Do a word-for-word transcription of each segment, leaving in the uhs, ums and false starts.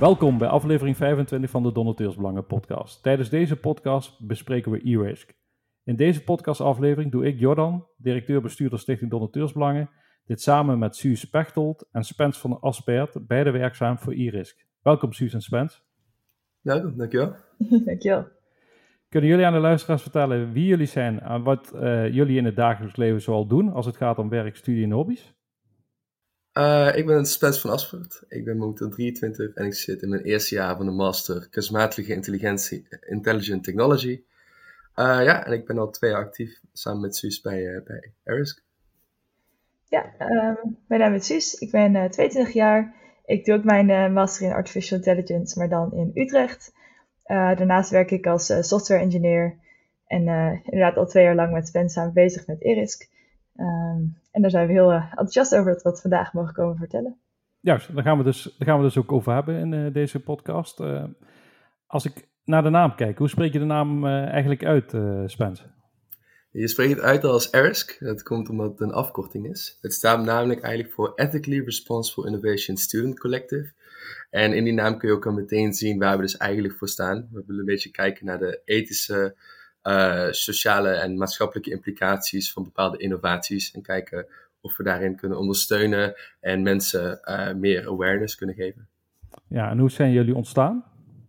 Welkom bij aflevering vijfentwintig van de Donateursbelangen podcast. Tijdens deze podcast bespreken we e-risk. In deze podcastaflevering doe ik, Jordan, directeur-bestuurder Stichting Donateursbelangen, dit samen met Suus Pechtold en Spence van Aspert, beide werkzaam voor e-risk. Welkom Suus en Spence. Welkom, dankjewel. Dankjewel. Kunnen jullie aan de luisteraars vertellen wie jullie zijn en wat uh, jullie in het dagelijks leven zoal doen als het gaat om werk, studie en hobby's? Uh, ik ben Spence van Aspert. Ik ben momenteel drieëntwintig en ik zit in mijn eerste jaar van de master kunstmatige intelligentie, Intelligent Technology. Uh, ja, en ik ben al twee jaar actief samen met Suus bij, uh, bij e-risk. Ja, um, mijn naam is Suus. Ik ben uh, tweeëntwintig jaar. Ik doe ook mijn uh, master in Artificial Intelligence, maar dan in Utrecht. Uh, daarnaast werk ik als uh, software engineer en uh, inderdaad al twee jaar lang met Spence samen bezig met e-risk. Um, en daar zijn we heel uh, enthousiast over dat we dat vandaag mogen komen vertellen. Juist, daar gaan we dus, daar gaan we dus ook over hebben in uh, deze podcast. Uh, als ik naar de naam kijk, hoe spreek je de naam uh, eigenlijk uit, uh, Spence? Je spreekt het uit als e-risk. Dat komt omdat het een afkorting is. Het staat namelijk eigenlijk voor Ethically Responsible Innovation Student Collective. En in die naam kun je ook al meteen zien waar we dus eigenlijk voor staan. We willen een beetje kijken naar de ethische, uh, sociale en maatschappelijke implicaties van bepaalde innovaties. En kijken of we daarin kunnen ondersteunen en mensen uh, meer awareness kunnen geven. Ja, en hoe zijn jullie ontstaan?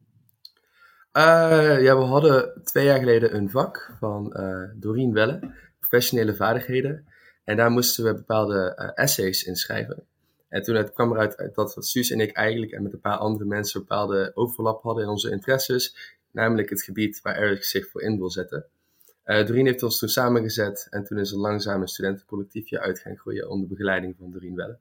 Uh, ja, we hadden twee jaar geleden een vak van uh, Doreen Welle, professionele vaardigheden. En daar moesten we bepaalde uh, essays inschrijven. En toen het kwam eruit dat Suus en ik eigenlijk en met een paar andere mensen bepaalde overlap hadden in onze interesses. Namelijk het gebied waar e-risk zich voor in wil zetten. Uh, Doreen heeft ons toen samengezet en toen is er langzaam een studentencollectiefje uit gaan groeien onder begeleiding van Doreen Welle.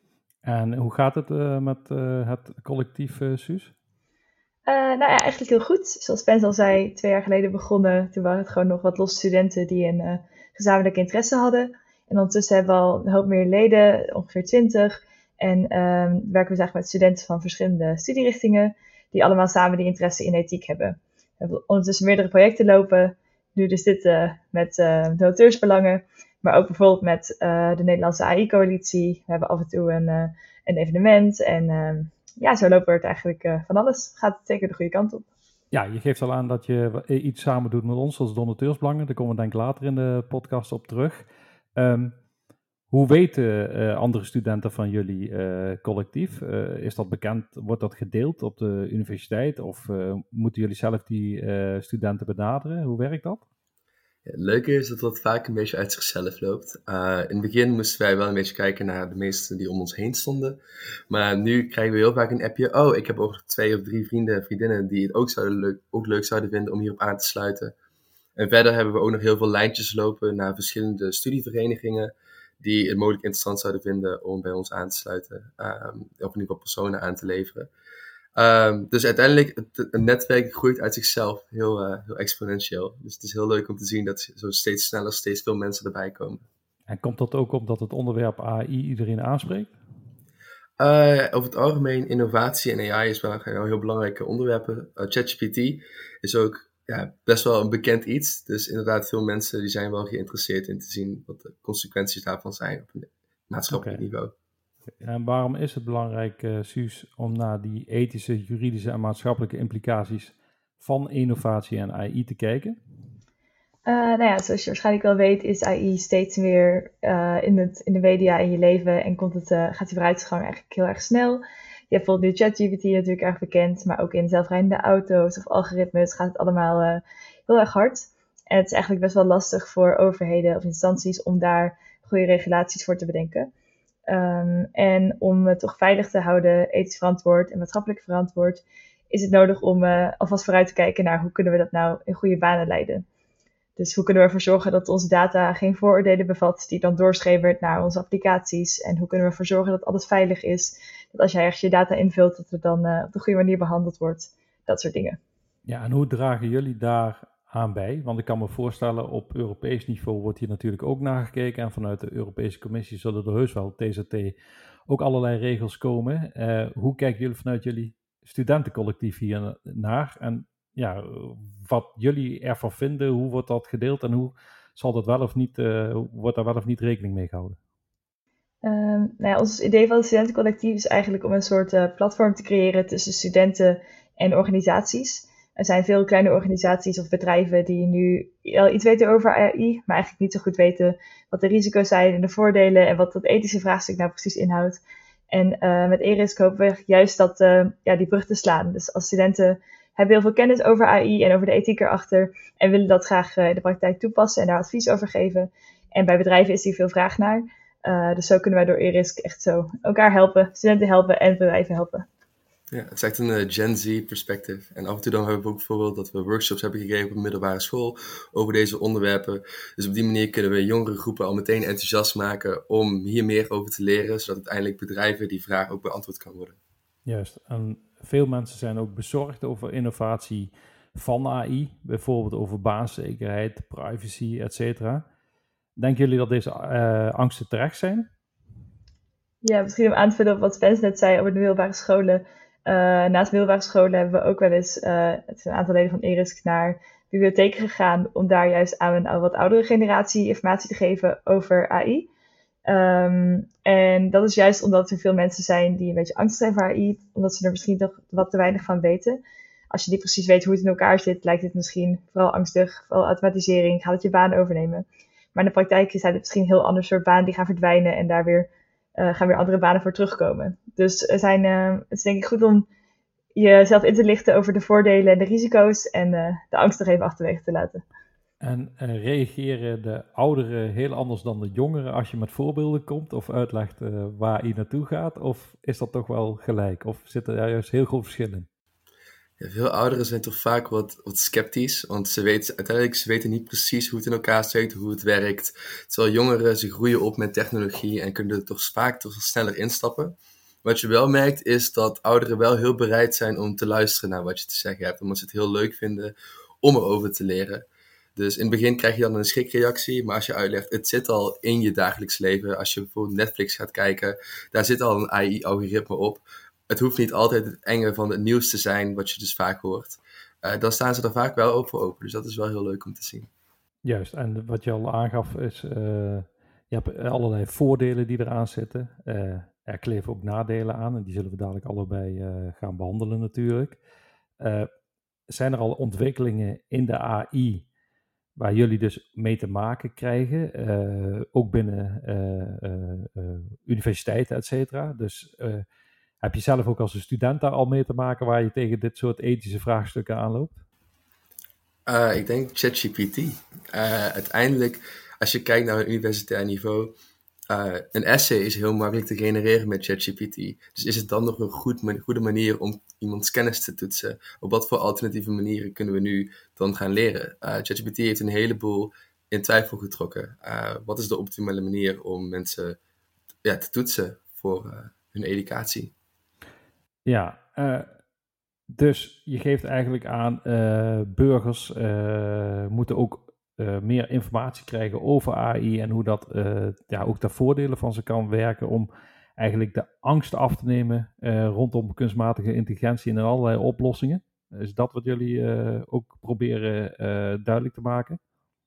En hoe gaat het uh, met uh, het collectief, uh, Suus? Uh, nou ja, eigenlijk heel goed. Zoals Spence al zei, twee jaar geleden begonnen. Toen waren het gewoon nog wat losse studenten die een uh, gezamenlijke interesse hadden. En ondertussen hebben we al een hoop meer leden, ongeveer twintig. En um, werken we dus eigenlijk met studenten van verschillende studierichtingen, die allemaal samen die interesse in ethiek hebben. We hebben ondertussen meerdere projecten lopen. Nu dus dit uh, met uh, donateursbelangen, maar ook bijvoorbeeld met uh, de Nederlandse A I-coalitie. We hebben af en toe een, uh, een evenement en uh, ja, zo lopen we het eigenlijk uh, van alles. Gaat het zeker de goede kant op. Ja, je geeft al aan dat je iets samen doet met ons als donateursbelangen. Daar komen we denk ik later in de podcast op terug. Um, hoe weten uh, andere studenten van jullie uh, collectief? Uh, is dat bekend? Wordt dat gedeeld op de universiteit? Of uh, moeten jullie zelf die uh, studenten benaderen? Hoe werkt dat? Ja, het leuke is dat dat vaak een beetje uit zichzelf loopt. Uh, in het begin moesten wij wel een beetje kijken naar de meesten die om ons heen stonden. Maar nu krijgen we heel vaak een appje. Oh, ik heb ook twee of drie vrienden en vriendinnen die het ook, zouden leuk, ook leuk zouden vinden om hierop aan te sluiten. En verder hebben we ook nog heel veel lijntjes lopen naar verschillende studieverenigingen die het mogelijk interessant zouden vinden om bij ons aan te sluiten. Um, of in ieder geval personen aan te leveren. Um, dus uiteindelijk, het, het netwerk groeit uit zichzelf heel, uh, heel exponentieel. Dus het is heel leuk om te zien dat zo steeds sneller, steeds veel mensen erbij komen. En komt dat ook omdat het onderwerp A I iedereen aanspreekt? Uh, over het algemeen, innovatie en A I is wel een heel belangrijke onderwerpen. Uh, ChatGPT is ook ja, best wel een bekend iets. Dus inderdaad, veel mensen die zijn wel geïnteresseerd in te zien wat de consequenties daarvan zijn op een maatschappelijk okay. niveau. En waarom is het belangrijk, uh, Suus, om naar die ethische, juridische en maatschappelijke implicaties van innovatie en A I te kijken? Uh, nou ja, zoals je waarschijnlijk wel weet, is A I steeds meer uh, in, het, in de media in je leven en komt het, uh, gaat die vooruitgang eigenlijk heel erg snel. Je hebt bijvoorbeeld nu ChatGPT natuurlijk erg bekend, maar ook in zelfrijdende auto's of algoritmes gaat het allemaal uh, heel erg hard. En het is eigenlijk best wel lastig voor overheden of instanties om daar goede regulaties voor te bedenken. Um, en om het toch veilig te houden, ethisch verantwoord en maatschappelijk verantwoord, is het nodig om uh, alvast vooruit te kijken naar hoe kunnen we dat nou in goede banen leiden. Dus hoe kunnen we ervoor zorgen dat onze data geen vooroordelen bevat die dan doorschemert naar onze applicaties? En hoe kunnen we ervoor zorgen dat alles veilig is? Dat als jij ergens je data invult, dat het dan uh, op de goede manier behandeld wordt. Dat soort dingen. Ja, en hoe dragen jullie daar aan bij? Want ik kan me voorstellen, op Europees niveau wordt hier natuurlijk ook nagekeken. En vanuit de Europese Commissie zullen er heus wel T Z T ook allerlei regels komen. Uh, hoe kijken jullie vanuit jullie studentencollectief hier naar? En ja, wat jullie ervan vinden, hoe wordt dat gedeeld en hoe zal dat wel of niet, uh, wordt daar wel of niet rekening mee gehouden? Um, nou ja, ons idee van het studentencollectief is eigenlijk om een soort uh, platform te creëren tussen studenten en organisaties. Er zijn veel kleine organisaties of bedrijven die nu wel iets weten over A I, maar eigenlijk niet zo goed weten wat de risico's zijn en de voordelen en wat dat ethische vraagstuk nou precies inhoudt. En uh, met Erisk hopen we juist dat, uh, ja, die brug te slaan. Dus als studenten hebben heel veel kennis over A I en over de ethiek erachter en willen dat graag uh, in de praktijk toepassen en daar advies over geven. En bij bedrijven is hier veel vraag naar. Uh, dus zo kunnen wij door Erisk echt zo elkaar helpen, studenten helpen en bedrijven helpen. Ja, het is echt een uh, Gen Z perspective. En af en toe dan hebben we ook bijvoorbeeld dat we workshops hebben gegeven op een middelbare school over deze onderwerpen. Dus op die manier kunnen we jongere groepen al meteen enthousiast maken om hier meer over te leren, zodat uiteindelijk bedrijven die vraag ook beantwoord kan worden. Juist, en veel mensen zijn ook bezorgd over innovatie van A I, bijvoorbeeld over baanszekerheid, privacy, et cetera. Denken jullie dat deze uh, angsten terecht zijn? Ja, misschien om aan te vullen op wat Spence net zei over de middelbare scholen. Uh, naast middelbare scholen hebben we ook wel eens, uh, het is een aantal leden van Erisk, naar bibliotheken gegaan om daar juist aan een, aan een wat oudere generatie informatie te geven over A I. Um, en dat is juist omdat er veel mensen zijn die een beetje angstig zijn voor A I, omdat ze er misschien toch wat te weinig van weten. Als je niet precies weet hoe het in elkaar zit, lijkt het misschien vooral angstig, vooral automatisering, gaat het je baan overnemen. Maar in de praktijk zijn het misschien heel ander soort banen die gaan verdwijnen en daar weer, uh, gaan weer andere banen voor terugkomen. Dus er zijn, uh, het is denk ik goed om jezelf in te lichten over de voordelen en de risico's en uh, de angst nog even achterwege te laten. En uh, reageren de ouderen heel anders dan de jongeren als je met voorbeelden komt of uitlegt uh, waar je naartoe gaat? Of is dat toch wel gelijk? Of zitten er juist heel groot verschil in? Ja, veel ouderen zijn toch vaak wat, wat sceptisch, want ze weten, uiteindelijk ze weten niet precies hoe het in elkaar zit, hoe het werkt. Terwijl jongeren, ze groeien op met technologie en kunnen er toch vaak toch sneller instappen. Wat je wel merkt is dat ouderen wel heel bereid zijn om te luisteren naar wat je te zeggen hebt, omdat ze het heel leuk vinden om erover te leren. Dus in het begin krijg je dan een schrikreactie, maar als je uitlegt, het zit al in je dagelijks leven. Als je bijvoorbeeld Netflix gaat kijken, daar zit al een A I-algoritme op. Het hoeft niet altijd het enge van het nieuws te zijn, wat je dus vaak hoort. Uh, dan staan ze er vaak wel over open, dus dat is wel heel leuk om te zien. Juist, en wat je al aangaf is, uh, je hebt allerlei voordelen die eraan zitten. Uh, er kleven ook nadelen aan en die zullen we dadelijk allebei uh, gaan behandelen natuurlijk. Uh, zijn er al ontwikkelingen in de A I waar jullie dus mee te maken krijgen, uh, ook binnen uh, uh, uh, universiteiten, et cetera? Dus uh, heb je zelf ook als een student daar al mee te maken waar je tegen dit soort ethische vraagstukken aanloopt? Uh, ik denk ChatGPT. Uh, uiteindelijk, als je kijkt naar een universitair niveau, uh, een essay is heel makkelijk te genereren met ChatGPT. Dus is het dan nog een goed, goede manier om iemands kennis te toetsen? Op wat voor alternatieve manieren kunnen we nu dan gaan leren? Uh, ChatGPT heeft een heleboel in twijfel getrokken. Uh, wat is de optimale manier om mensen ja, te toetsen voor uh, hun educatie? Ja, uh, dus je geeft eigenlijk aan, uh, burgers uh, moeten ook uh, meer informatie krijgen over A I en hoe dat uh, ja, ook de voordelen van ze kan werken om eigenlijk de angst af te nemen uh, rondom kunstmatige intelligentie en allerlei oplossingen. Is dat wat jullie uh, ook proberen uh, duidelijk te maken?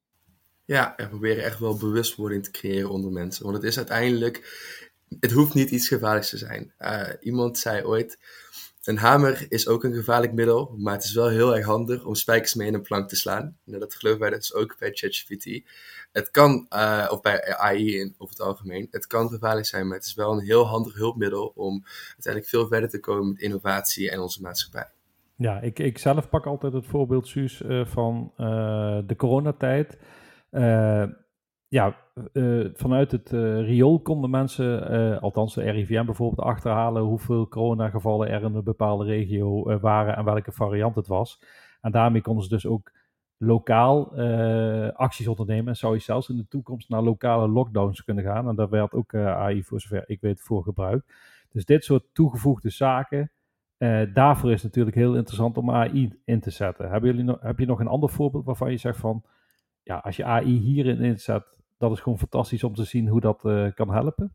Ja, we proberen echt wel bewustwording te creëren onder mensen. Want het is uiteindelijk, het hoeft niet iets gevaarlijks te zijn. Uh, iemand zei ooit, een hamer is ook een gevaarlijk middel, maar het is wel heel erg handig om spijkers mee in een plank te slaan. Nou, dat geloven wij dus ook bij ChatGPT. Het kan, uh, of bij A I in, over het algemeen, het kan gevaarlijk zijn, maar het is wel een heel handig hulpmiddel om uiteindelijk veel verder te komen met innovatie en onze maatschappij. Ja, ik, ik zelf pak altijd het voorbeeld, Suus, uh, van uh, de coronatijd. Uh, ja, uh, vanuit het uh, riool konden mensen, uh, althans de R I V M bijvoorbeeld, achterhalen hoeveel coronagevallen er in een bepaalde regio uh, waren en welke variant het was. En daarmee konden ze dus ook lokaal uh, acties ondernemen en zou je zelfs in de toekomst naar lokale lockdowns kunnen gaan. En daar werd ook uh, A I, voor zover ik weet, voor gebruikt. Dus dit soort toegevoegde zaken, uh, daarvoor is het natuurlijk heel interessant om A I in te zetten. Hebben jullie no- heb je nog een ander voorbeeld waarvan je zegt van, ja, als je A I hierin inzet, dat is gewoon fantastisch om te zien hoe dat uh, kan helpen?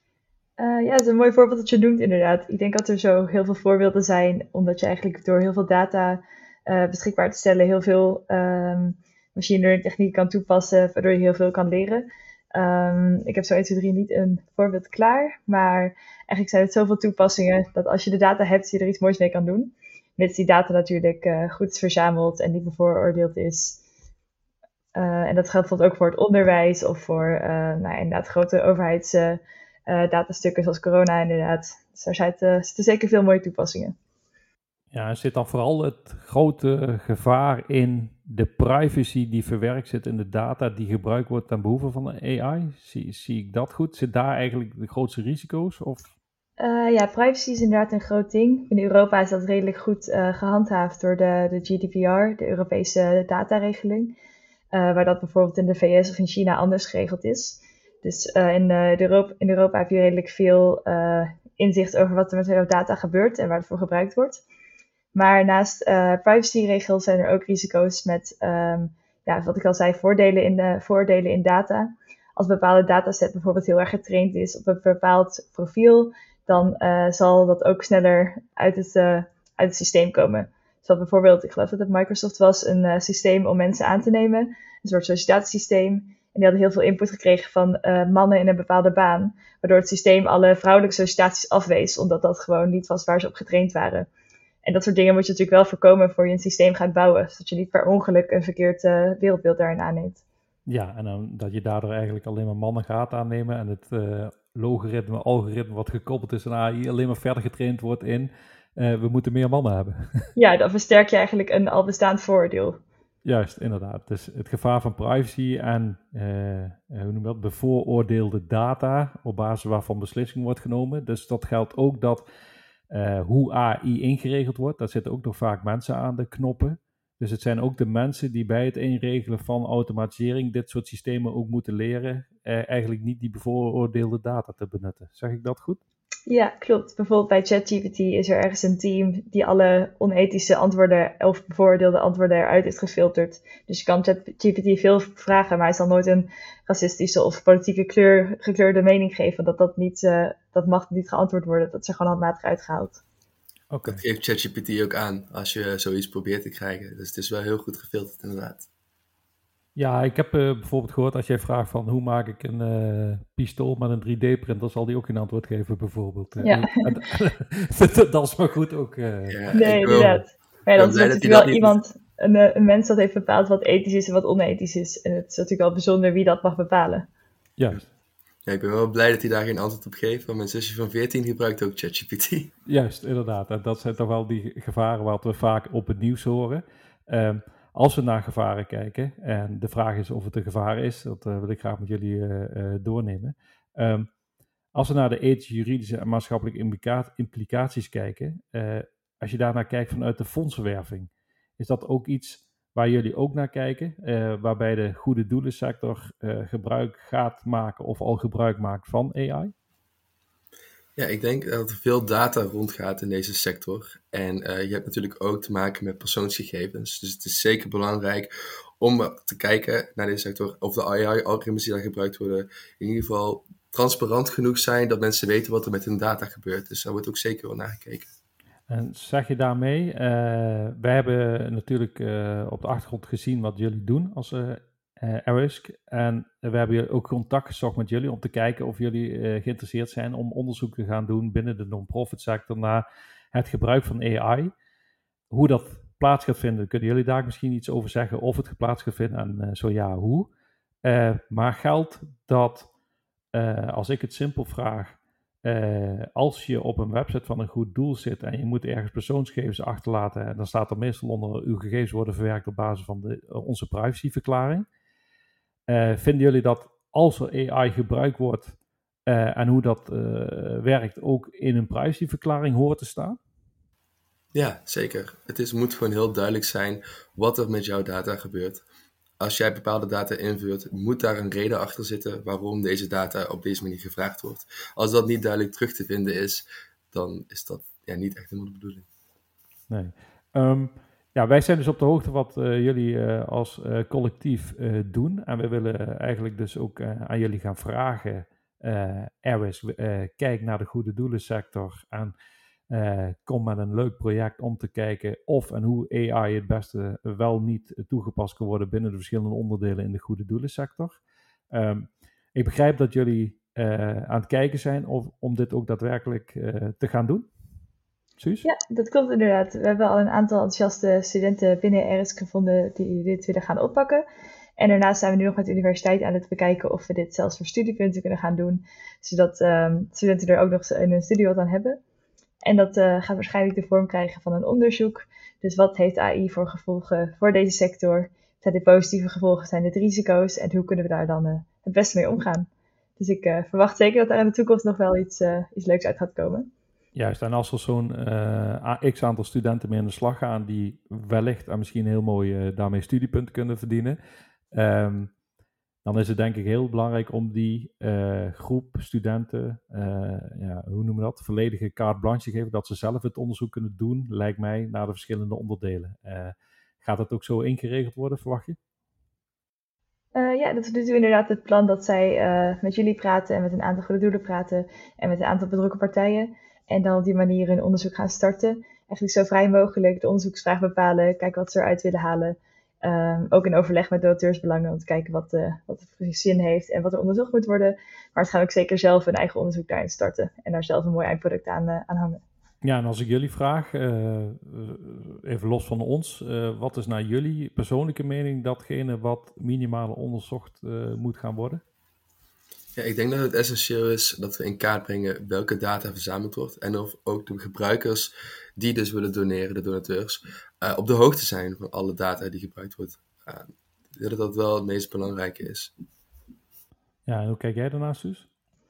Uh, ja, het is een mooi voorbeeld dat je noemt inderdaad. Ik denk dat er zo heel veel voorbeelden zijn, omdat je eigenlijk door heel veel data uh, beschikbaar te stellen heel veel um, machine learning technieken kan toepassen, waardoor je heel veel kan leren. Um, ik heb zo één, twee, drie niet een voorbeeld klaar, maar eigenlijk zijn het zoveel toepassingen dat als je de data hebt, je er iets moois mee kan doen. Mits die data natuurlijk uh, goed is verzameld en niet bevooroordeeld is. Uh, en dat geldt bijvoorbeeld ook voor het onderwijs of voor uh, nou, inderdaad grote overheidsdatastukken uh, zoals corona inderdaad. Dus daar zitten, zitten zeker veel mooie toepassingen. Ja, er zit dan vooral het grote gevaar in de privacy die verwerkt zit in de data die gebruikt wordt ten behoeve van de A I. Zie, zie ik dat goed? Zit daar eigenlijk de grootste risico's? Of? Uh, ja, privacy is inderdaad een groot ding. In Europa is dat redelijk goed uh, gehandhaafd door de, de G D P R, de Europese dataregeling. Uh, waar dat bijvoorbeeld in de V S of in China anders geregeld is. Dus uh, in, uh, de Europa, in Europa heb je redelijk veel uh, inzicht over wat er met jouw data gebeurt en waar het voor gebruikt wordt. Maar naast uh, privacyregels zijn er ook risico's met, um, ja, wat ik al zei, voordelen in, de, voordelen in data. Als een bepaalde dataset bijvoorbeeld heel erg getraind is op een bepaald profiel, dan uh, zal dat ook sneller uit het, uh, uit het systeem komen. Dus bijvoorbeeld, ik geloof dat het Microsoft was, een uh, systeem om mensen aan te nemen. Een soort sollicitatiesysteem. En die hadden heel veel input gekregen van uh, mannen in een bepaalde baan. Waardoor het systeem alle vrouwelijke sollicitaties afwees, omdat dat gewoon niet was waar ze op getraind waren. En dat soort dingen moet je natuurlijk wel voorkomen voor je een systeem gaat bouwen. Zodat je niet per ongeluk een verkeerd uh, wereldbeeld daarin aanneemt. Ja, en dan dat je daardoor eigenlijk alleen maar mannen gaat aannemen. En het uh, logaritme, algoritme wat gekoppeld is aan A I alleen maar verder getraind wordt in... Uh, we moeten meer mannen hebben. Ja, dan versterk je eigenlijk een al bestaand vooroordeel. Juist, inderdaad. Dus het gevaar van privacy en uh, hoe noem je dat, bevooroordeelde data op basis waarvan beslissing wordt genomen. Dus dat geldt ook dat uh, hoe A I ingeregeld wordt, daar zitten ook nog vaak mensen aan de knoppen. Dus het zijn ook de mensen die bij het inregelen van automatisering dit soort systemen ook moeten leren, uh, eigenlijk niet die bevooroordeelde data te benutten. Zeg ik dat goed? Ja, klopt. Bijvoorbeeld bij ChatGPT is er ergens een team die alle onethische antwoorden of bevooroordeelde antwoorden eruit heeft gefilterd. Dus je kan ChatGPT veel vragen, maar hij zal nooit een racistische of politieke kleur, gekleurde mening geven. Dat dat niet, uh, dat mag niet geantwoord worden. Dat is er gewoon handmatig uitgehaald. Okay. Dat geeft ChatGPT ook aan als je zoiets probeert te krijgen. Dus het is wel heel goed gefilterd inderdaad. Ja, ik heb uh, bijvoorbeeld gehoord als jij vraagt van hoe maak ik een uh, pistool met een drie D-printer, zal die ook geen antwoord geven bijvoorbeeld. Uh, ja. En, dat is maar goed ook. Uh, ja, nee, inderdaad. Maar ja, dan is natuurlijk wel iemand, een, een mens dat heeft bepaald wat ethisch is en wat onethisch is. En het is natuurlijk wel bijzonder wie dat mag bepalen. Juist. Ja, ik ben wel blij dat hij daar geen antwoord op geeft, want mijn zusje van veertien gebruikt ook ChatGPT. Juist, inderdaad. En dat zijn toch wel die gevaren wat we vaak op het nieuws horen. Um, Als we naar gevaren kijken, en de vraag is of het een gevaar is, dat uh, wil ik graag met jullie uh, uh, doornemen. Um, als we naar de ethische, juridische en maatschappelijke implica- implicaties kijken, uh, als je daarnaar kijkt vanuit de fondsenwerving, is dat ook iets waar jullie ook naar kijken, uh, waarbij de goede doelensector uh, gebruik gaat maken of al gebruik maakt van A I? Ja, ik denk dat er veel data rondgaat in deze sector. En uh, je hebt natuurlijk ook te maken met persoonsgegevens. Dus het is zeker belangrijk om te kijken naar deze sector of de A I-algoritmes die daar gebruikt worden in ieder geval transparant genoeg zijn dat mensen weten wat er met hun data gebeurt. Dus daar wordt ook zeker wel naar gekeken. En zeg je daarmee, uh, wij hebben natuurlijk uh, op de achtergrond gezien wat jullie doen als uh, Uh, Arisk. En we hebben ook contact gezocht met jullie om te kijken of jullie uh, geïnteresseerd zijn om onderzoek te gaan doen binnen de non-profit sector naar het gebruik van A I. Hoe dat plaats gaat vinden, kunnen jullie daar misschien iets over zeggen of het plaats gaat vinden en uh, zo ja, hoe. Uh, maar geldt dat, uh, als ik het simpel vraag, uh, als je op een website van een goed doel zit en je moet ergens persoonsgegevens achterlaten, en dan staat er meestal onder uw gegevens worden verwerkt op basis van de, uh, onze privacyverklaring. Uh, vinden jullie dat als er A I gebruikt wordt uh, en hoe dat uh, werkt ook in een privacyverklaring hoort te staan? Ja, zeker. Het is, moet gewoon heel duidelijk zijn wat er met jouw data gebeurt. Als jij bepaalde data invult, moet daar een reden achter zitten waarom deze data op deze manier gevraagd wordt. Als dat niet duidelijk terug te vinden is, dan is dat ja, niet echt helemaal de bedoeling. Nee. Um, Ja, wij zijn dus op de hoogte wat uh, jullie uh, als uh, collectief uh, doen. En we willen uh, eigenlijk dus ook uh, aan jullie gaan vragen, uh, Arisk, uh, kijk naar de goede doelensector en uh, kom met een leuk project om te kijken of en hoe A I het beste wel niet toegepast kan worden binnen de verschillende onderdelen in de goede doelensector. Um, Ik begrijp dat jullie uh, aan het kijken zijn of, om dit ook daadwerkelijk uh, te gaan doen. Suus? Ja, dat klopt inderdaad. We hebben al een aantal enthousiaste studenten binnen R S gevonden die dit willen gaan oppakken. En daarnaast zijn we nu nog met de universiteit aan het bekijken of we dit zelfs voor studiepunten kunnen gaan doen. Zodat um, studenten er ook nog in hun studie wat aan hebben. En dat uh, gaat waarschijnlijk de vorm krijgen van een onderzoek. Dus wat heeft A I voor gevolgen voor deze sector? Zijn dit positieve gevolgen? Zijn dit risico's? En hoe kunnen we daar dan uh, het beste mee omgaan? Dus ik uh, verwacht zeker dat er in de toekomst nog wel iets, uh, iets leuks uit gaat komen. Juist, en als er zo'n uh, x aantal studenten mee aan de slag gaan die wellicht en misschien heel mooi uh, daarmee studiepunten kunnen verdienen, um, dan is het denk ik heel belangrijk om die uh, groep studenten, uh, ja, hoe noemen we dat, volledige carte blanche te geven, dat ze zelf het onderzoek kunnen doen, lijkt mij, naar de verschillende onderdelen. Uh, gaat dat ook zo ingeregeld worden, verwacht je? Uh, ja, dat is dus inderdaad het plan dat zij uh, met jullie praten en met een aantal goede doelen praten en met een aantal betrokken partijen. En dan op die manier een onderzoek gaan starten. Eigenlijk zo vrij mogelijk de onderzoeksvraag bepalen, kijken wat ze eruit willen halen. Um, ook in overleg met donateursbelangen om te kijken wat, uh, wat het precies zin heeft en wat er onderzocht moet worden. Maar het gaan ook zeker zelf een eigen onderzoek daarin starten en daar zelf een mooi eindproduct aan, uh, aan hangen. Ja, en als ik jullie vraag, uh, even los van ons, uh, wat is naar jullie persoonlijke mening datgene wat minimaal onderzocht uh, moet gaan worden? Ja, ik denk dat het essentieel is dat we in kaart brengen welke data verzameld wordt en of ook de gebruikers die dus willen doneren, de donateurs, uh, op de hoogte zijn van alle data die gebruikt wordt. Uh, ik denk dat dat wel het meest belangrijke is. Ja, en hoe kijk jij daarnaar, Suus?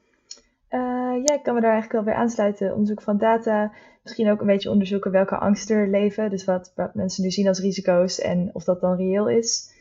Uh, ja, ik kan me daar eigenlijk wel bij aansluiten. Onderzoek van data, misschien ook een beetje onderzoeken welke angsten er leven. Dus wat, wat mensen nu zien als risico's en of dat dan reëel is.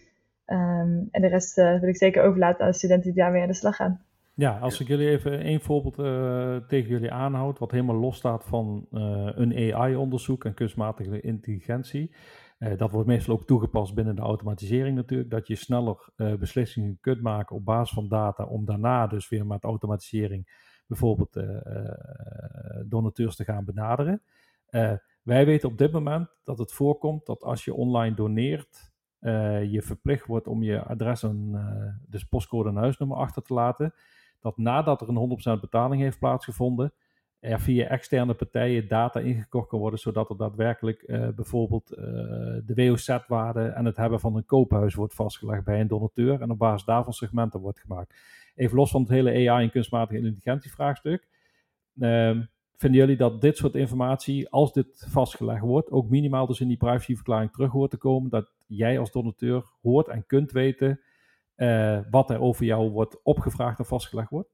Um, en de rest uh, wil ik zeker overlaten aan de studenten die daarmee aan de slag gaan. Ja, als ik jullie even één voorbeeld uh, tegen jullie aanhoud, wat helemaal los staat van uh, een A I-onderzoek en kunstmatige intelligentie. Uh, dat wordt meestal ook toegepast binnen de automatisering natuurlijk, dat je sneller uh, beslissingen kunt maken op basis van data, om daarna dus weer met automatisering bijvoorbeeld uh, uh, donateurs te gaan benaderen. Uh, wij weten op dit moment dat het voorkomt dat als je online doneert, uh, je verplicht wordt om je adres en uh, dus postcode en huisnummer achter te laten, dat nadat er een honderd procent betaling heeft plaatsgevonden, er via externe partijen data ingekocht kan worden, zodat er daadwerkelijk uh, bijvoorbeeld uh, de W O Z-waarde en het hebben van een koophuis wordt vastgelegd bij een donateur en op basis daarvan segmenten wordt gemaakt. Even los van het hele A I en kunstmatige intelligentie vraagstuk. Uh, vinden jullie dat dit soort informatie, als dit vastgelegd wordt, ook minimaal dus in die privacyverklaring terug hoort te komen, dat jij als donateur hoort en kunt weten uh, wat er over jou wordt opgevraagd en vastgelegd wordt?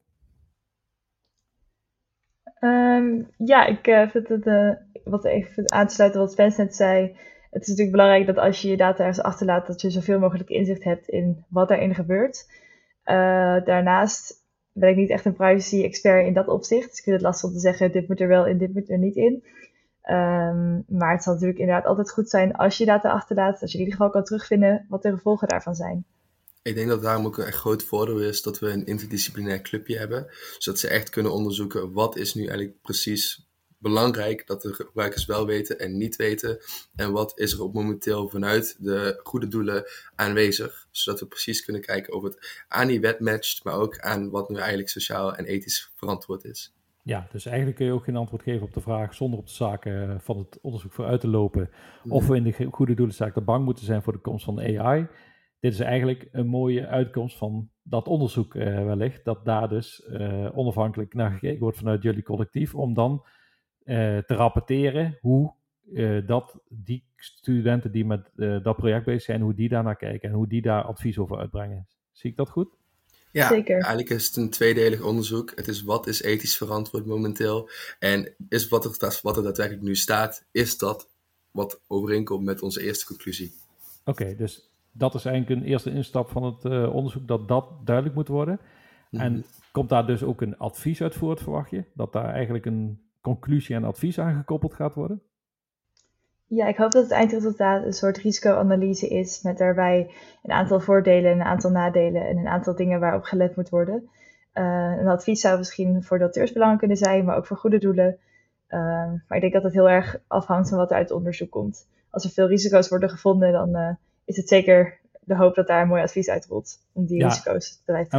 Um, ja, ik uh, vind het, uh, wat even aan te sluiten wat Spence net zei. Het is natuurlijk belangrijk dat als je je data ergens achterlaat, dat je zoveel mogelijk inzicht hebt in wat daarin gebeurt. Uh, daarnaast ben ik niet echt een privacy-expert in dat opzicht. Dus ik vind het lastig om te zeggen, dit moet er wel in, dit moet er niet in. Um, maar het zal natuurlijk inderdaad altijd goed zijn als je data achterlaat, dat je in ieder geval kan terugvinden wat de gevolgen daarvan zijn. Ik denk dat daarom ook een echt groot voordeel is dat we een interdisciplinair clubje hebben. Zodat ze echt kunnen onderzoeken wat is nu eigenlijk precies belangrijk dat de gebruikers wel weten en niet weten. En wat is er op momenteel vanuit de goede doelen aanwezig. Zodat we precies kunnen kijken of het aan die wet matcht, maar ook aan wat nu eigenlijk sociaal en ethisch verantwoord is. Ja, dus eigenlijk kun je ook geen antwoord geven op de vraag zonder op de zaken van het onderzoek vooruit te lopen. Of we in de goede doelenzaak er bang moeten zijn voor de komst van de A I. Dit is eigenlijk een mooie uitkomst van dat onderzoek uh, wellicht, dat daar dus uh, onafhankelijk naar gekeken wordt vanuit jullie collectief, om dan uh, te rapporteren hoe uh, dat die studenten die met uh, dat project bezig zijn, hoe die daar naar kijken en hoe die daar advies over uitbrengen. Zie ik dat goed? Ja, Zeker. Eigenlijk is het een tweedelig onderzoek. Het is wat is ethisch verantwoord momenteel en is wat er, wat er daadwerkelijk nu staat, is dat wat overeenkomt met onze eerste conclusie. Oké, okay, dus dat is eigenlijk een eerste instap van het uh, onderzoek, dat dat duidelijk moet worden. Mm-hmm. En komt daar dus ook een advies uit voort, verwacht je? Dat daar eigenlijk een conclusie en advies aan gekoppeld gaat worden? Ja, ik hoop dat het eindresultaat een soort risicoanalyse is met daarbij een aantal voordelen, een aantal nadelen en een aantal dingen waarop gelet moet worden. Uh, een advies zou misschien voor donateursbelangen kunnen zijn, maar ook voor goede doelen. Uh, maar ik denk dat het heel erg afhangt van wat er uit het onderzoek komt. Als er veel risico's worden gevonden, dan uh, is het zeker de hoop dat daar een mooi advies uitrolt om die ja. risico's te blijven te gaan.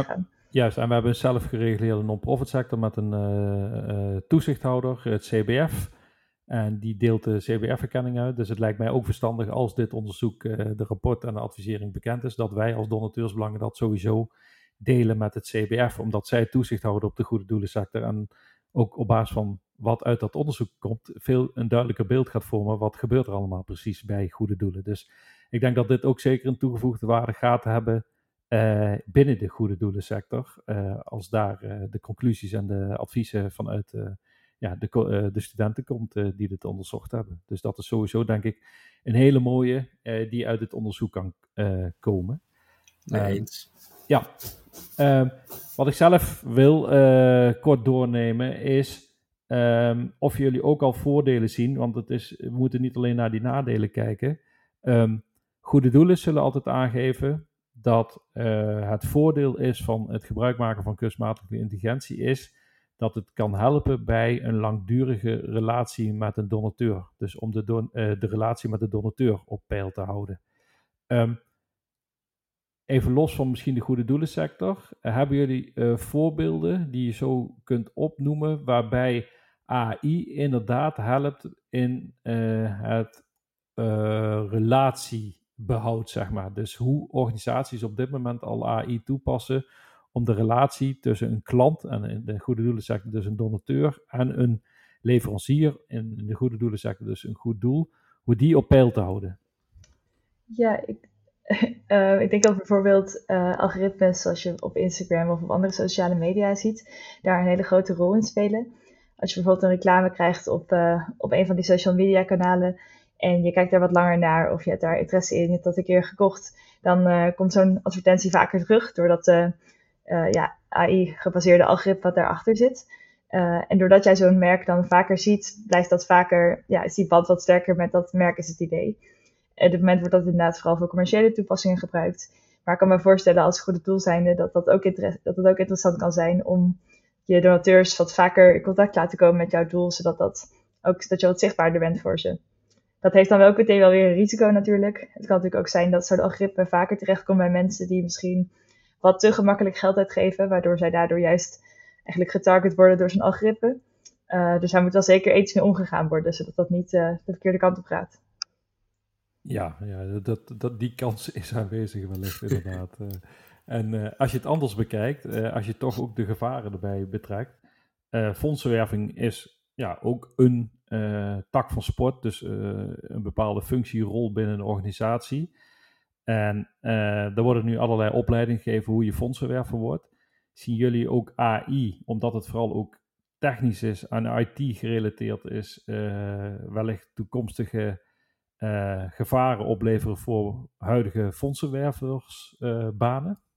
Juist, en we hebben een zelfgereguleerde non-profit sector met een uh, uh, toezichthouder, het C B F. En die deelt de C B F-erkenning uit. Dus het lijkt mij ook verstandig als dit onderzoek, uh, de rapport en de advisering bekend is, dat wij als donateursbelangen dat sowieso delen met het C B F, omdat zij toezicht houden op de goede doelensector en ook op basis van wat uit dat onderzoek komt, veel een duidelijker beeld gaat vormen wat gebeurt er allemaal precies bij goede doelen. Dus ik denk dat dit ook zeker een toegevoegde waarde gaat hebben uh, binnen de goede doelensector, uh, als daar uh, de conclusies en de adviezen vanuit uh, ja, de, uh, de studenten komt uh, die dit onderzocht hebben. Dus dat is sowieso denk ik een hele mooie uh, die uit het onderzoek kan uh, komen. Nee, eens. Uh, ja, uh, wat ik zelf wil uh, kort doornemen is um, of jullie ook al voordelen zien, want het is, we moeten niet alleen naar die nadelen kijken. Um, goede doelen zullen altijd aangeven dat uh, het voordeel is van het gebruik maken van kunstmatige intelligentie is dat het kan helpen bij een langdurige relatie met een donateur. Dus om de, don- uh, de relatie met de donateur op peil te houden. Um, Even los van misschien de goede doelensector, uh, hebben jullie uh, voorbeelden die je zo kunt opnoemen waarbij A I inderdaad helpt in uh, het uh, relatiebehoud, zeg maar. Dus hoe organisaties op dit moment al A I toepassen om de relatie tussen een klant en in de goede doelensector dus een donateur en een leverancier in de goede doelensector dus een goed doel, hoe die op peil te houden. Ja, ik Uh, ik denk dat bijvoorbeeld uh, algoritmes zoals je op Instagram of op andere sociale media ziet, daar een hele grote rol in spelen. Als je bijvoorbeeld een reclame krijgt op, uh, op een van die social media kanalen en je kijkt daar wat langer naar of je hebt daar interesse in, je hebt dat een keer gekocht, dan uh, komt zo'n advertentie vaker terug doordat de uh, uh, ja, A I-gebaseerde algoritme wat daarachter zit. Uh, en doordat jij zo'n merk dan vaker ziet, blijft dat vaker, ja, is die band wat sterker met dat merk is het idee. Op dit moment wordt dat inderdaad vooral voor commerciële toepassingen gebruikt. Maar ik kan me voorstellen als goede doelzijnde dat dat ook, inter- dat het ook interessant kan zijn om je donateurs wat vaker in contact te laten komen met jouw doel, zodat dat ook, dat je wat zichtbaarder bent voor ze. Dat heeft dan wel ook meteen wel weer een risico natuurlijk. Het kan natuurlijk ook zijn dat zo'n algoritme vaker terechtkomt bij mensen die misschien wat te gemakkelijk geld uitgeven, waardoor zij daardoor juist eigenlijk getarget worden door zo'n algoritme. Uh, dus daar moet wel zeker iets mee omgegaan worden, zodat dat niet uh, de verkeerde kant op gaat. Ja, ja dat, dat, die kans is aanwezig wellicht inderdaad. uh, en uh, als je het anders bekijkt, uh, als je toch ook de gevaren erbij betrekt, uh, fondsenwerving is ja, ook een uh, tak van sport, dus uh, een bepaalde functierol binnen een organisatie. En uh, er worden nu allerlei opleidingen gegeven hoe je fondsenwerver wordt. Zien jullie ook A I, omdat het vooral ook technisch is, aan I T gerelateerd is, uh, wellicht toekomstige Uh, gevaren opleveren voor huidige fondsenwerversbanen? Uh,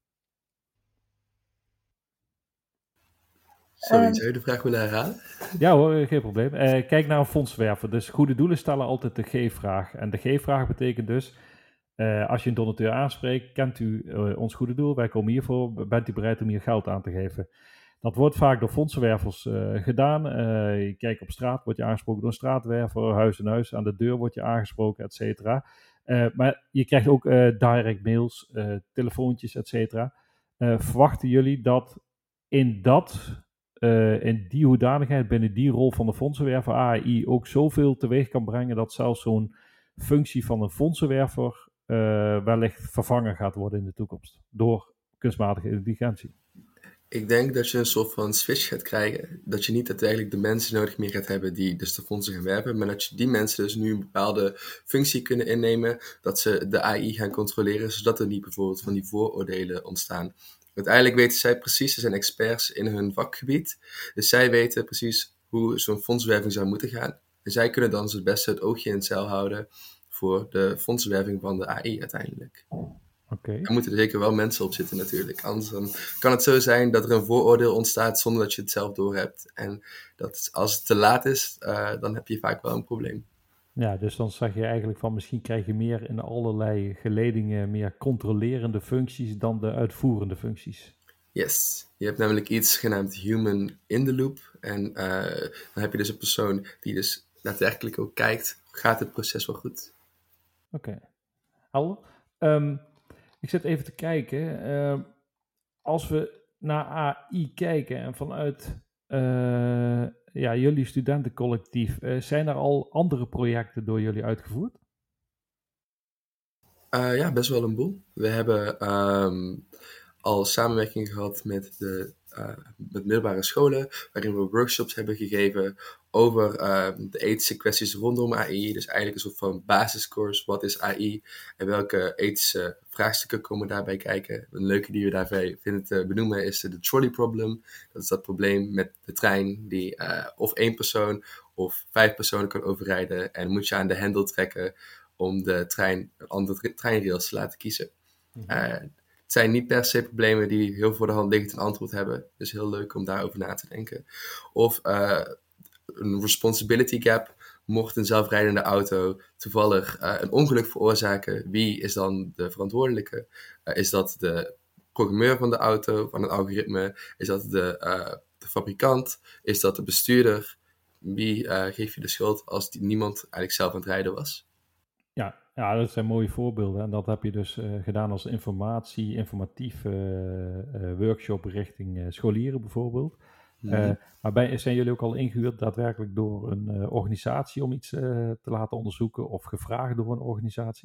Sorry, um, zou je de vraag willen herhalen? Ja hoor, geen probleem. Uh, kijk naar een fondswerver. Dus goede doelen stellen altijd de G-vraag. En de G-vraag betekent dus, uh, als je een donateur aanspreekt, kent u uh, ons goede doel, wij komen hiervoor, bent u bereid om hier geld aan te geven? Dat wordt vaak door fondsenwervers uh, gedaan. Uh, je kijkt op straat, word je aangesproken door een straatwerver, huis en huis, aan de deur word je aangesproken, et cetera. Uh, maar je krijgt ook uh, direct mails, uh, telefoontjes, et cetera. Uh, verwachten jullie dat in dat, uh, in die hoedanigheid, binnen die rol van de fondsenwerver A I ook zoveel teweeg kan brengen dat zelfs zo'n functie van een fondsenwerver uh, wellicht vervangen gaat worden in de toekomst door kunstmatige intelligentie? Ik denk dat je een soort van switch gaat krijgen. Dat je niet uiteindelijk de mensen nodig meer gaat hebben die dus de fondsen gaan werven. Maar dat je die mensen dus nu een bepaalde functie kunnen innemen. Dat ze de A I gaan controleren. Zodat er niet bijvoorbeeld van die vooroordelen ontstaan. Uiteindelijk weten zij precies, ze zijn experts in hun vakgebied. Dus zij weten precies hoe zo'n fondswerving zou moeten gaan. En zij kunnen dan het beste het oogje in het zeil houden voor de fondswerving van de A I uiteindelijk. Okay. Er moeten er zeker wel mensen op zitten natuurlijk. Anders dan kan het zo zijn dat er een vooroordeel ontstaat zonder dat je het zelf doorhebt. En dat als het te laat is, uh, dan heb je vaak wel een probleem. Ja, dus dan zeg je eigenlijk van misschien krijg je meer in allerlei geledingen meer controlerende functies dan de uitvoerende functies. Yes, je hebt namelijk iets genaamd human in the loop. En uh, dan heb je dus een persoon die dus daadwerkelijk ook kijkt, gaat het proces wel goed? Oké. Okay. Al, um, ik zit even te kijken. Uh, als we naar A I kijken en vanuit uh, ja, jullie studentencollectief, uh, zijn er al andere projecten door jullie uitgevoerd? Uh, ja, best wel een boel. We hebben um, al samenwerking gehad met de uh, met middelbare scholen, waarin we workshops hebben gegeven over uh, de ethische kwesties rondom A I. Dus eigenlijk een soort van basiscourse, wat is A I en welke ethische vraagstukken komen daarbij kijken. Een leuke die we daarbij vinden te benoemen is de trolley problem. Dat is dat probleem met de trein die uh, of één persoon of vijf personen kan overrijden en moet je aan de hendel trekken om de trein, andere treinrails te laten kiezen. Mm-hmm. Uh, het zijn niet per se problemen die heel voor de hand liggend een antwoord hebben. Dus heel leuk om daarover na te denken. Of uh, een responsibility gap. Mocht een zelfrijdende auto toevallig uh, een ongeluk veroorzaken, wie is dan de verantwoordelijke? Uh, is dat de programmeur van de auto, van het algoritme? Is dat de, uh, de fabrikant? Is dat de bestuurder? Wie uh, geeft je de schuld als die niemand eigenlijk zelf aan het rijden was? Ja, ja, dat zijn mooie voorbeelden. En dat heb je dus uh, gedaan als informatie, informatief uh, uh, workshop richting uh, scholieren bijvoorbeeld. Mm-hmm. Uh, maar bij, zijn jullie ook al ingehuurd daadwerkelijk door een uh, organisatie om iets uh, te laten onderzoeken of gevraagd door een organisatie?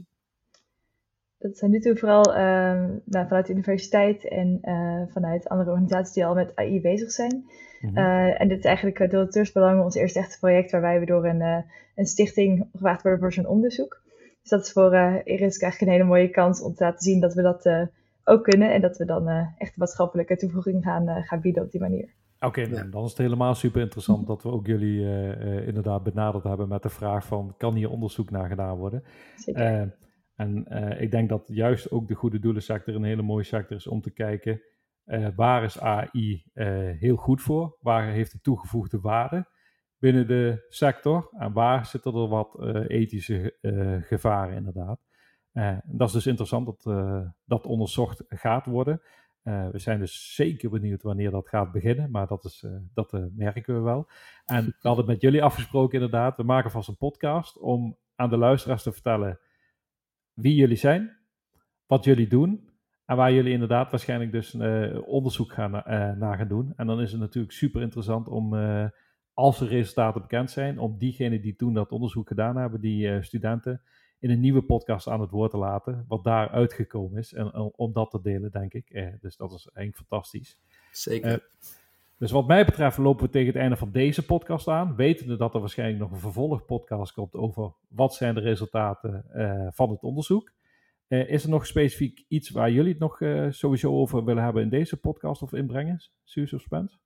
Dat zijn nu toe vooral uh, nou, vanuit de universiteit en uh, vanuit andere organisaties die al met A I bezig zijn. Mm-hmm. Uh, en dit is eigenlijk uh, Donateursbelangen ons eerste echte project waarbij we door een, uh, een stichting gevraagd worden voor zo'n onderzoek. Dus dat is voor uh, Erisk eigenlijk een hele mooie kans om te laten zien dat we dat uh, ook kunnen. En dat we dan uh, echt maatschappelijke toevoeging gaan, uh, gaan bieden op die manier. Oké, okay, nou, dan is het helemaal super interessant mm-hmm. dat we ook jullie uh, uh, inderdaad benaderd hebben met de vraag van, kan hier onderzoek naar gedaan worden? Zeker. Uh, en uh, ik denk dat juist ook de goede doelensector een hele mooie sector is om te kijken, uh, waar is A I uh, heel goed voor? Waar heeft het toegevoegde waarde binnen de sector? En waar zitten er wat uh, ethische uh, gevaren inderdaad? Uh, dat is dus interessant dat uh, dat onderzocht gaat worden. Uh, we zijn dus zeker benieuwd wanneer dat gaat beginnen, maar dat, is, uh, dat uh, merken we wel. En we hadden het met jullie afgesproken inderdaad, we maken vast een podcast om aan de luisteraars te vertellen wie jullie zijn, wat jullie doen en waar jullie inderdaad waarschijnlijk dus uh, onderzoek gaan, uh, naar gaan doen. En dan is het natuurlijk super interessant om, uh, als er resultaten bekend zijn, om diegenen die toen dat onderzoek gedaan hebben, die uh, studenten, in een nieuwe podcast aan het woord te laten, wat daar uitgekomen is. En om, om dat te delen, denk ik. Eh, dus dat is eigenlijk fantastisch. Zeker. Uh, dus wat mij betreft lopen we tegen het einde van deze podcast aan. Wetende dat er waarschijnlijk nog een vervolgpodcast komt over wat zijn de resultaten uh, van het onderzoek. Uh, is er nog specifiek iets waar jullie het nog uh, sowieso over willen hebben in deze podcast of inbrengen? Suus of Spence?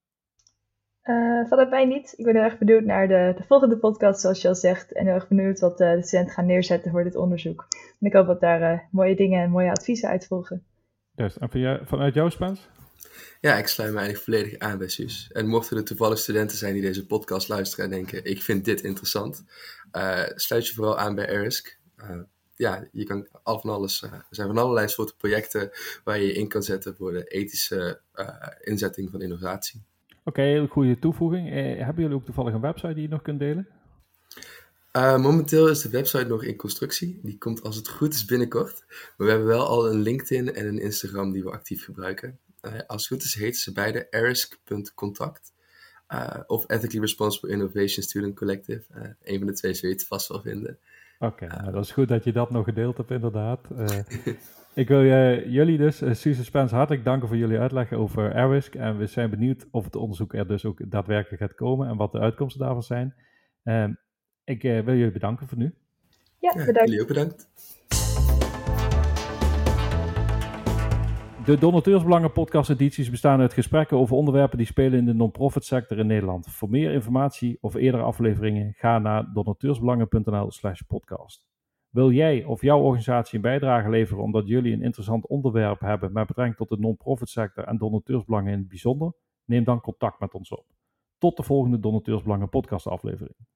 Uh, vanuit mij niet. Ik ben heel erg benieuwd naar de, de volgende podcast, zoals je al zegt. En heel erg benieuwd wat uh, de studenten gaan neerzetten voor dit onderzoek. En ik hoop dat daar uh, mooie dingen en mooie adviezen uit volgen. Dus, en van jou, vanuit jou, Spence? Ja, ik sluit me eigenlijk volledig aan bij Suus. En mochten er toevallig studenten zijn die deze podcast luisteren en denken, ik vind dit interessant, uh, sluit je vooral aan bij Erisk. Uh, ja, je kan al van alles, uh, er zijn van allerlei soorten projecten waar je je in kan zetten voor de ethische uh, inzetting van innovatie. Oké, okay, hele goede toevoeging. Eh, hebben jullie ook toevallig een website die je nog kunt delen? Uh, momenteel is de website nog in constructie. Die komt als het goed is binnenkort. Maar we hebben wel al een LinkedIn en een Instagram die we actief gebruiken. Uh, als het goed is heten ze beide erisk punt contact uh, of Ethically Responsible Innovation Student Collective. Uh, een van de twee zul je het vast wel vinden. Oké, okay, uh, nou, dat is goed dat je dat nog gedeeld hebt inderdaad. Uh, Ik wil uh, jullie dus, uh, Suus en Spence, hartelijk danken voor jullie uitleg over Erisk. En we zijn benieuwd of het onderzoek er dus ook daadwerkelijk gaat komen en wat de uitkomsten daarvan zijn. Uh, ik uh, wil jullie bedanken voor nu. Ja, bedankt. Ja, jullie ook bedankt. De Donateursbelangen podcast edities bestaan uit gesprekken over onderwerpen die spelen in de non-profit sector in Nederland. Voor meer informatie of eerdere afleveringen ga naar donateursbelangen.nl slash podcast. Wil jij of jouw organisatie een bijdrage leveren omdat jullie een interessant onderwerp hebben met betrekking tot de non-profit sector en donateursbelangen in het bijzonder? Neem dan contact met ons op. Tot de volgende Donateursbelangen podcast aflevering.